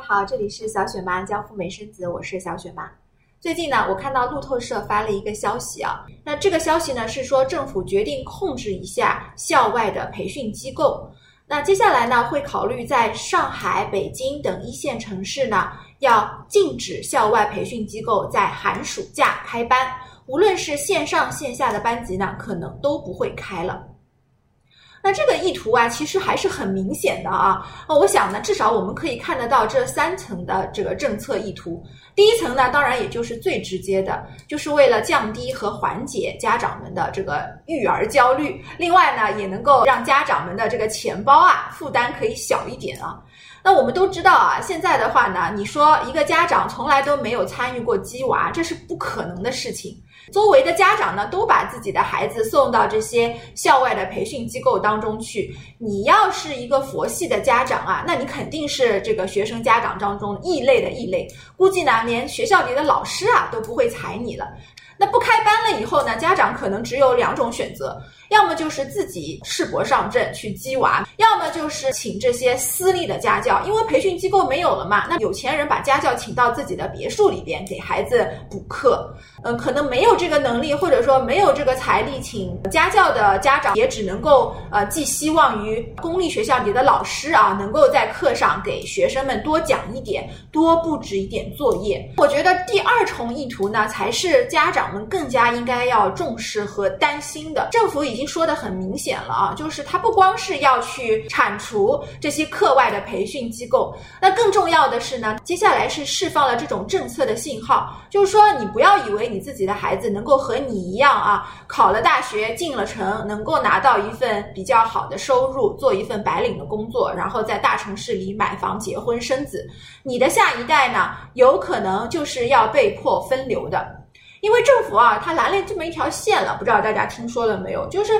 好，这里是小雪妈教赴美生子，我是小雪妈。最近呢，我看到路透社发了一个消息啊，那这个消息呢是说政府决定控制一下校外的培训机构。那接下来呢，会考虑在上海、北京等一线城市呢，要禁止校外培训机构在寒暑假开班，无论是线上线下的班级呢，可能都不会开了。那这个意图啊，其实还是很明显的啊。我想呢，至少我们可以看得到这3层的这个政策意图。第一层呢，当然也就是最直接的，就是为了降低和缓解家长们的这个育儿焦虑。另外呢，也能够让家长们的这个钱包啊负担可以小一点啊。那我们都知道啊，现在的话呢，你说一个家长从来都没有参与过鸡娃，这是不可能的事情。周围的家长呢，都把自己的孩子送到这些校外的培训机构当中去。你要是一个佛系的家长啊，那你肯定是这个学生家长当中异类的异类，估计呢，连学校里的老师啊都不会睬你了。那不开班了以后呢，家长可能只有2种选择，要么就是自己赤膊上阵去鸡娃，要么就是请这些私立的家教，因为培训机构没有了嘛，那有钱人把家教请到自己的别墅里边给孩子补课。可能没有这个能力，或者说没有这个财力请家教的家长，也只能够寄希望于公立学校里的老师啊，能够在课上给学生们多讲一点，多布置一点作业。我觉得第2重意图呢，才是家长们更加应该要重视和担心的。政府已经说得很明显了啊，就是它不光是要去铲除这些课外的培训机构，那更重要的是呢，接下来是释放了这种政策的信号，就是说你不要以为你自己的孩子能够和你一样啊，考了大学进了城，能够拿到一份比较好的收入，做一份白领的工作，然后在大城市里买房结婚生子。你的下一代呢，有可能就是要被迫分流的。因为政府啊，它拦了这么一条线了，不知道大家听说了没有，就是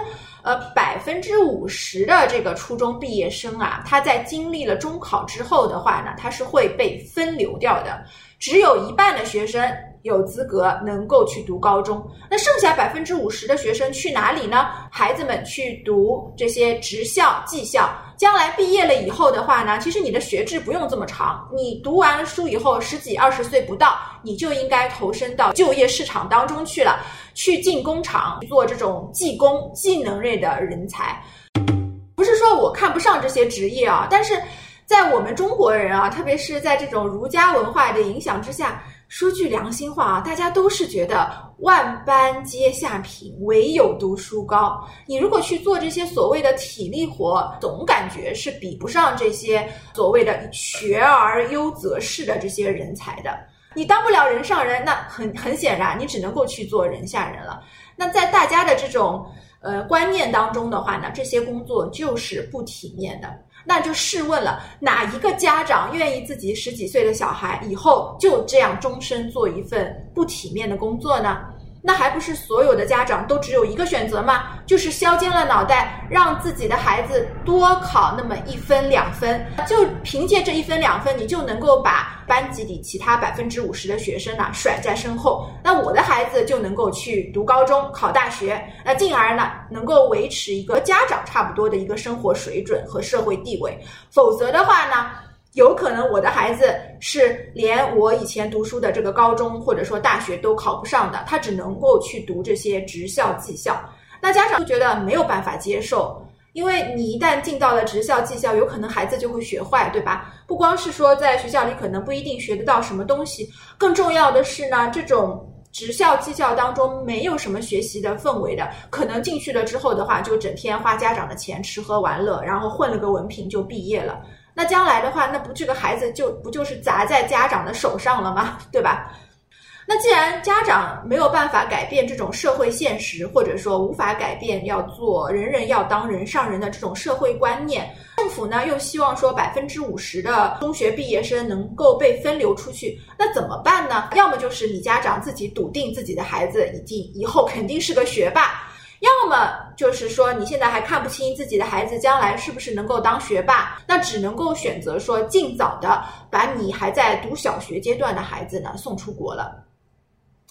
50%的这个初中毕业生啊，他在经历了中考之后的话呢，他是会被分流掉的，只有1半的学生有资格能够去读高中，那剩下50%的学生去哪里呢？孩子们去读这些职校、技校，将来毕业了以后的话呢，其实你的学制不用这么长，你读完了书以后10几20岁不到，你就应该投身到就业市场当中去了，去进工厂做这种技工、技能类的人才。不是说我看不上这些职业啊，但是在我们中国人啊，特别是在这种儒家文化的影响之下，说句良心话啊，大家都是觉得万般皆下品，唯有读书高。你如果去做这些所谓的体力活，总感觉是比不上这些所谓的学而优则仕的这些人才的。你当不了人上人，那很显然你只能够去做人下人了。那在大家的这种观念当中的话呢，这些工作就是不体面的。那就试问了，哪一个家长愿意自己10几岁的小孩以后就这样终身做一份不体面的工作呢？那还不是所有的家长都只有一个选择吗？就是削尖了脑袋让自己的孩子多考那么1分2分，就凭借这1分2分，你就能够把班级里其他50%的学生呢甩在身后，那我的孩子就能够去读高中考大学，那进而呢能够维持一个家长差不多的一个生活水准和社会地位。否则的话呢，有可能我的孩子是连我以前读书的这个高中或者说大学都考不上的，他只能够去读这些职校技校。那家长就觉得没有办法接受，因为你一旦进到了职校技校，有可能孩子就会学坏，对吧？不光是说在学校里可能不一定学得到什么东西，更重要的是呢，这种职校技校当中没有什么学习的氛围的，可能进去了之后的话，就整天花家长的钱吃喝玩乐，然后混了个文凭就毕业了。那将来的话，那不这个孩子不就是砸在家长的手上了吗？对吧？那既然家长没有办法改变这种社会现实，或者说无法改变要做人人要当人上人的这种社会观念，政府呢又希望说50%的中学毕业生能够被分流出去，那怎么办呢？要么就是你家长自己笃定自己的孩子以后肯定是个学霸，要么就是说你现在还看不清自己的孩子将来是不是能够当学霸，那只能够选择说尽早的把你还在读小学阶段的孩子呢送出国了。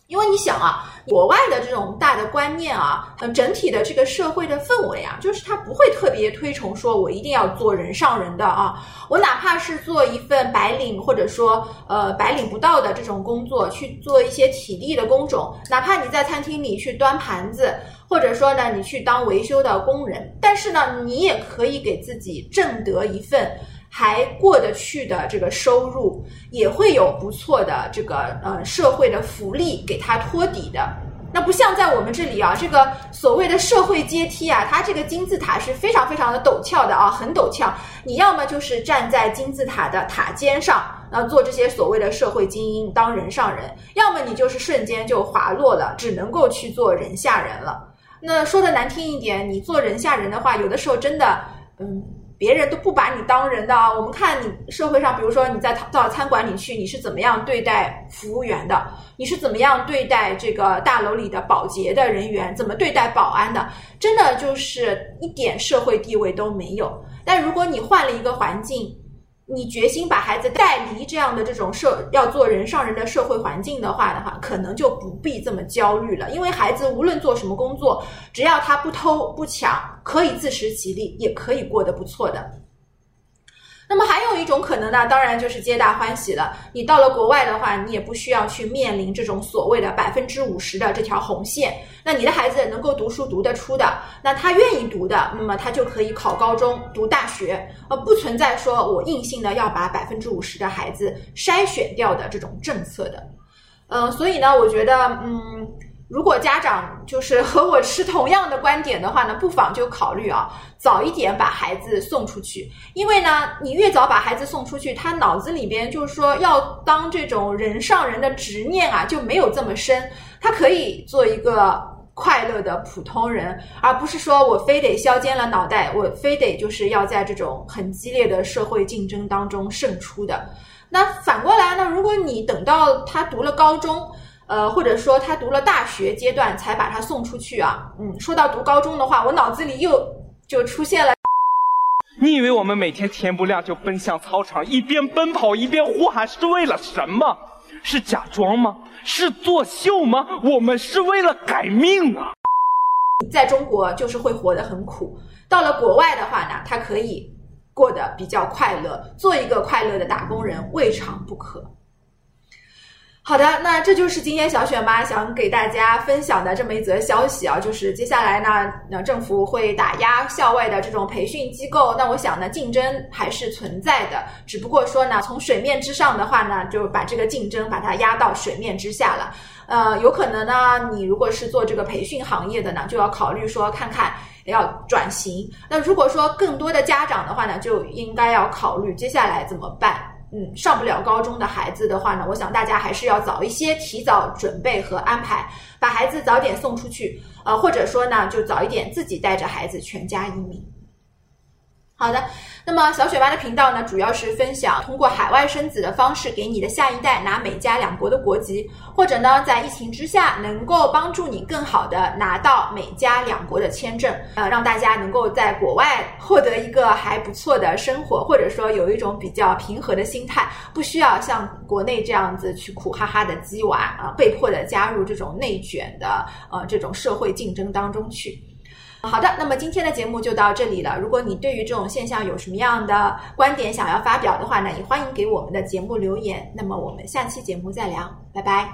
因为你想啊，国外的这种大的观念啊，整体的这个社会的氛围啊，就是它不会特别推崇说我一定要做人上人的啊，我哪怕是做一份白领或者说白领不到的这种工作，去做一些体力的工种，哪怕你在餐厅里去端盘子，或者说呢你去当维修的工人，但是呢你也可以给自己挣得一份还过得去的这个收入，也会有不错的这个社会的福利给它托底的。那不像在我们这里啊，这个所谓的社会阶梯啊，它这个金字塔是非常非常的陡峭的啊，很陡峭。你要么就是站在金字塔的塔尖上，做这些所谓的社会精英，当人上人；要么你就是瞬间就滑落了，只能够去做人下人了。那说的难听一点，你做人下人的话，有的时候真的别人都不把你当人的啊！我们看你社会上，比如说你到餐馆里去，你是怎么样对待服务员的？你是怎么样对待这个大楼里的保洁的人员？怎么对待保安的？真的就是一点社会地位都没有。但如果你换了一个环境，你决心把孩子带离这样的这种要做人上人的社会环境的话，可能就不必这么焦虑了。因为孩子无论做什么工作，只要他不偷不抢，可以自食其力，也可以过得不错的。那么还有一种可能呢，当然就是皆大欢喜了。你到了国外的话，你也不需要去面临这种所谓的50%的这条红线。那你的孩子能够读书读得出的，那他愿意读的，那么他就可以考高中、读大学，不存在说我硬性的要把50%的孩子筛选掉的这种政策的。所以呢，我觉得，如果家长就是和我持同样的观点的话呢，不妨就考虑啊，早一点把孩子送出去。因为呢，你越早把孩子送出去，他脑子里边就是说要当这种人上人的执念啊，就没有这么深。他可以做一个快乐的普通人，而不是说我非得削尖了脑袋，我非得就是要在这种很激烈的社会竞争当中胜出的。那反过来呢，如果你等到他读了高中，或者说他读了大学阶段才把他送出去啊，说到读高中的话，我脑子里就出现了。 你以为我们每天天不亮就奔向操场，一边奔跑一边呼喊是为了什么？是假装吗？是作秀吗？我们是为了改命啊！ 在中国就是会活得很苦，到了国外的话呢，他可以过得比较快乐，做一个快乐的打工人，未尝不可。好的，那这就是今天小雪妈想给大家分享的这么一则消息啊，就是接下来呢，政府会打压校外的这种培训机构。那我想呢，竞争还是存在的，只不过说呢，从水面之上的话呢，就把这个竞争把它压到水面之下了。有可能呢，你如果是做这个培训行业的呢，就要考虑说看看要转型。那如果说更多的家长的话呢，就应该要考虑接下来怎么办。上不了高中的孩子的话呢，我想大家还是要早一些提早准备和安排，把孩子早点送出去，或者说呢，就早一点自己带着孩子全家移民。好的，那么小雪妈的频道呢，主要是分享通过海外生子的方式给你的下一代拿美加两国的国籍，或者呢，在疫情之下能够帮助你更好的拿到美加两国的签证，让大家能够在国外获得一个还不错的生活，或者说有一种比较平和的心态，不需要像国内这样子去苦哈哈的鸡娃被迫的加入这种内卷的这种社会竞争当中去。好的，那么今天的节目就到这里了。如果你对于这种现象有什么样的观点想要发表的话呢，也欢迎给我们的节目留言。那么我们下期节目再聊，拜拜。